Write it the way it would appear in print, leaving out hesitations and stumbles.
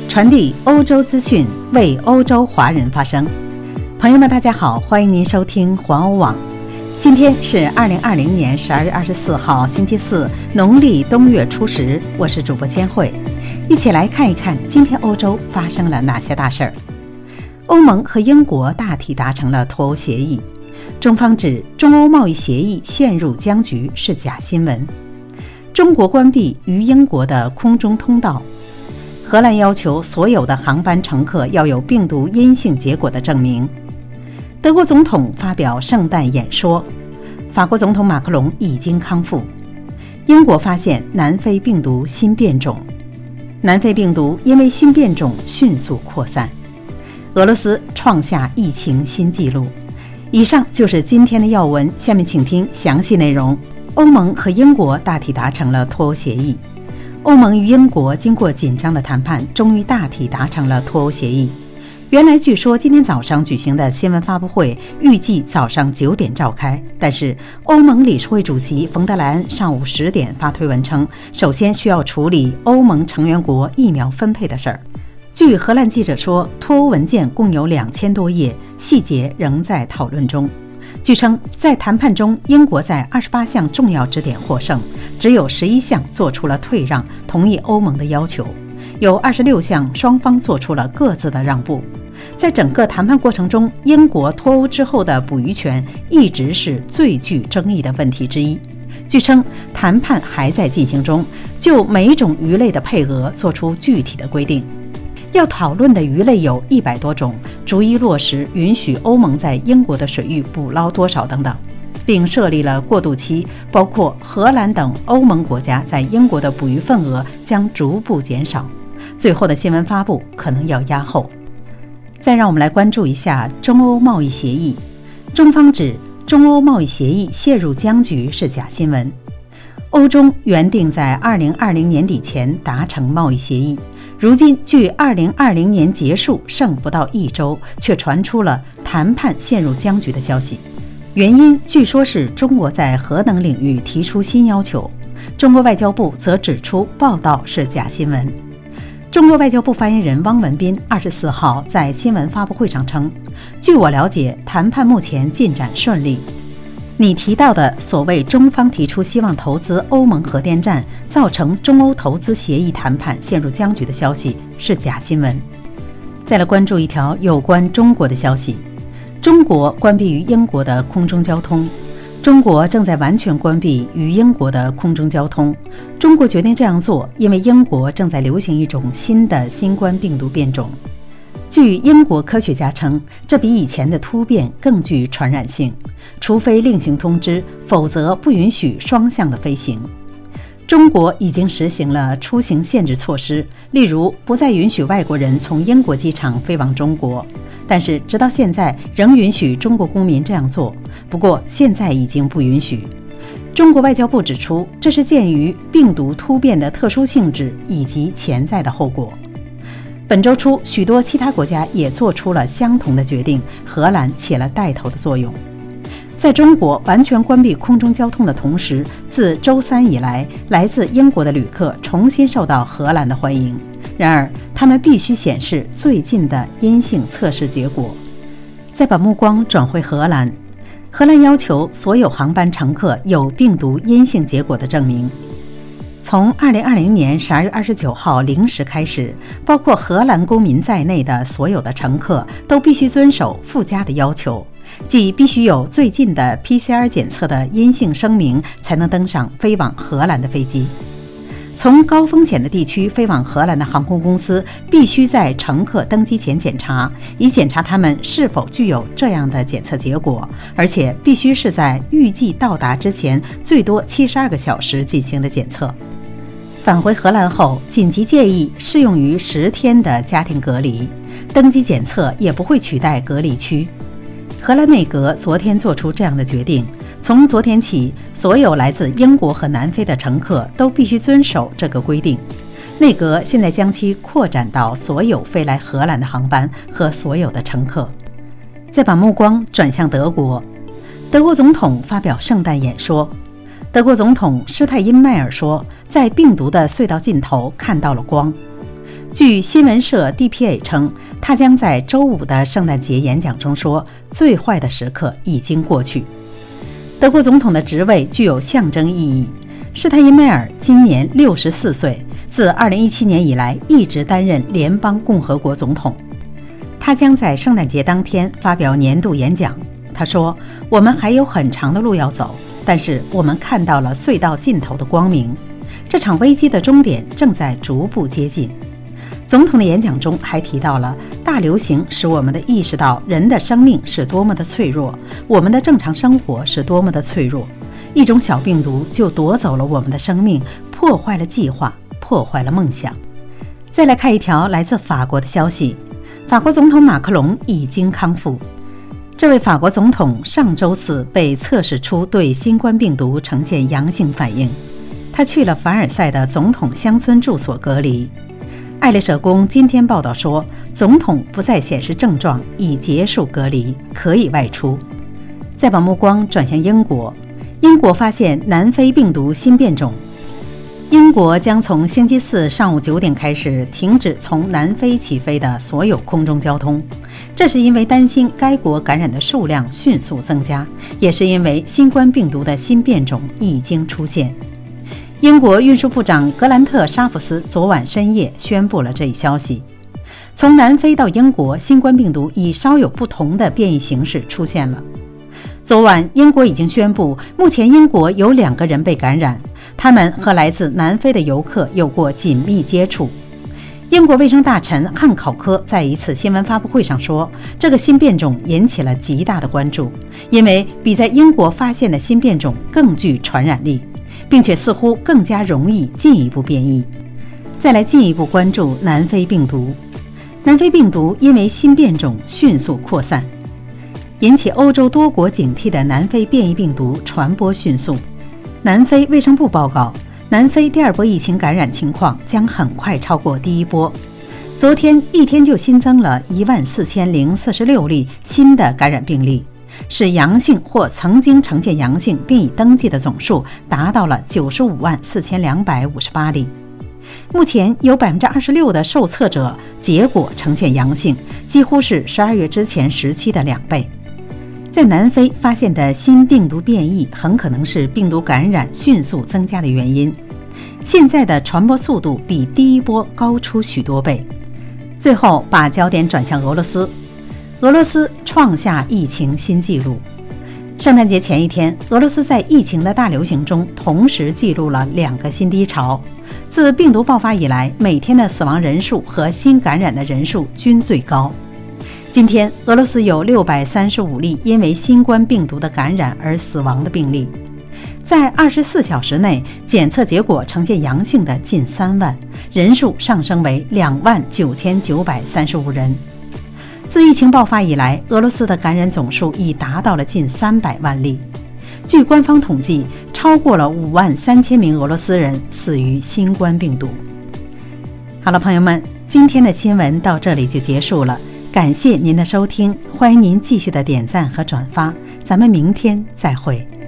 传递欧洲资讯，为欧洲华人发声。朋友们，大家好，欢迎您收听环欧网。今天是2020年12月24号，星期四，农历冬月初10，我是主播千惠，一起来看一看今天欧洲发生了哪些大事儿。欧盟和英国大体达成了脱欧协议，中方指中欧贸易协议陷入僵局是假新闻。中国关闭与英国的空中通道。荷兰要求所有的航班乘客要有病毒阴性结果的证明。德国总统发表圣诞演说。法国总统马克龙已经康复。英国发现南非病毒新变种。南非病毒因为新变种迅速扩散。俄罗斯创下疫情新纪录。以上就是今天的要闻，下面请听详细内容。欧盟和英国大体达成了脱欧协议。欧盟与英国经过紧张的谈判，终于大体达成了脱欧协议。原来据说今天早上举行的新闻发布会预计早上9点召开，但是欧盟理事会主席冯德莱恩上午10点发推文称，首先需要处理欧盟成员国疫苗分配的事儿。据荷兰记者说，脱欧文件共有2000多页，细节仍在讨论中。据称，在谈判中，英国在28项重要支点获胜，只有11项做出了退让，同意欧盟的要求，有26项双方做出了各自的让步。在整个谈判过程中，英国脱欧之后的捕鱼权一直是最具争议的问题之一。据称，谈判还在进行中，就每种鱼类的配额做出具体的规定。要讨论的鱼类有100多种，逐一落实允许欧盟在英国的水域捕捞多少等等，并设立了过渡期，包括荷兰等欧盟国家在英国的捕鱼份额将逐步减少。最后的新闻发布可能要压后。再让我们来关注一下中欧贸易协议。中方指中欧贸易协议陷入僵局是假新闻。欧中原定在2020年底前达成贸易协议，如今距2020年结束剩不到1周，却传出了谈判陷入僵局的消息。原因据说是中国在核能领域提出新要求，中国外交部则指出报道是假新闻。中国外交部发言人汪文斌24号在新闻发布会上称，据我了解，谈判目前进展顺利。你提到的所谓中方提出希望投资欧盟核电站，造成中欧投资协议谈判陷入僵局的消息是假新闻。再来关注一条有关中国的消息。中国关闭与英国的空中交通。中国正在完全关闭与英国的空中交通。中国决定这样做，因为英国正在流行一种新的新冠病毒变种。据英国科学家称，这比以前的突变更具传染性，除非另行通知，否则不允许双向的飞行。中国已经实行了出行限制措施，例如不再允许外国人从英国机场飞往中国，但是直到现在仍允许中国公民这样做，不过现在已经不允许。中国外交部指出，这是鉴于病毒突变的特殊性质以及潜在的后果。本周初，许多其他国家也做出了相同的决定，荷兰起了带头的作用。在中国完全关闭空中交通的同时，自周3以来，来自英国的旅客重新受到荷兰的欢迎。然而，他们必须显示最近的阴性测试结果。再把目光转回荷兰，荷兰要求所有航班乘客有病毒阴性结果的证明。从2020年12月29号0时开始，包括荷兰公民在内的所有的乘客都必须遵守附加的要求，即必须有最近的 PCR 检测的阴性声明，才能登上飞往荷兰的飞机。从高风险的地区飞往荷兰的航空公司必须在乘客登机前检查，以检查他们是否具有这样的检测结果，而且必须是在预计到达之前最多72个小时进行的检测。返回荷兰后，紧急建议适用于10天的家庭隔离，登机检测也不会取代隔离区。荷兰内阁昨天做出这样的决定，从昨天起，所有来自英国和南非的乘客都必须遵守这个规定。内阁现在将其扩展到所有飞来荷兰的航班和所有的乘客。再把目光转向德国，德国总统发表圣诞演说。德国总统施泰因迈尔说，在病毒的隧道尽头看到了光。 据新闻社 DPA 称，他将在周5的圣诞节演讲中说，最坏的时刻已经过去。德国总统的职位具有象征意义。施泰因迈尔今年64岁，自2017年以来一直担任联邦共和国总统。他将在圣诞节当天发表年度演讲。他说：“我们还有很长的路要走，但是我们看到了隧道尽头的光明。这场危机的终点正在逐步接近。”总统的演讲中还提到了大流行使我们意识到人的生命是多么的脆弱，我们的正常生活是多么的脆弱。一种小病毒就夺走了我们的生命，破坏了计划，破坏了梦想。再来看一条来自法国的消息，法国总统马克龙已经康复。这位法国总统上周四被测试出对新冠病毒呈现阳性反应，他去了凡尔赛的总统乡村住所隔离。爱丽舍宫今天报道说，总统不再显示症状，已结束隔离，可以外出。再把目光转向英国，英国发现南非病毒新变种。英国将从星期四上午9点开始停止从南非起飞的所有空中交通，这是因为担心该国感染的数量迅速增加，也是因为新冠病毒的新变种已经出现。英国运输部长格兰特·沙普斯昨晚深夜宣布了这一消息。从南非到英国，新冠病毒以稍有不同的变异形式出现了。昨晚，英国已经宣布，目前英国有2个人被感染，他们和来自南非的游客有过紧密接触。英国卫生大臣汉考科在一次新闻发布会上说，这个新变种引起了极大的关注，因为比在英国发现的新变种更具传染力，并且似乎更加容易进一步变异。再来进一步关注南非病毒。南非病毒因为新变种迅速扩散，引起欧洲多国警惕的南非变异病毒传播迅速。南非卫生部报告，南非第2波疫情感染情况将很快超过第1波。昨天一天就新增了14046例新的感染病例，使阳性或曾经呈现阳性并已登记的总数达到了954258例。目前有26%的受测者结果呈现阳性，几乎是12月之前时期的2倍。在南非发现的新病毒变异很可能是病毒感染迅速增加的原因，现在的传播速度比第1波高出许多倍。最后把焦点转向俄罗斯，俄罗斯创下疫情新纪录。圣诞节前一天，俄罗斯在疫情的大流行中同时记录了2个新低潮。自病毒爆发以来，每天的死亡人数和新感染的人数均最高。今天，俄罗斯有635例因为新冠病毒的感染而死亡的病例，在24小时内检测结果呈现阳性的近3万，人数上升为29935人。自疫情爆发以来，俄罗斯的感染总数已达到了近300万例。据官方统计，超过了53000名俄罗斯人死于新冠病毒。好了，朋友们，今天的新闻到这里就结束了。感谢您的收听，欢迎您继续的点赞和转发，咱们明天再会。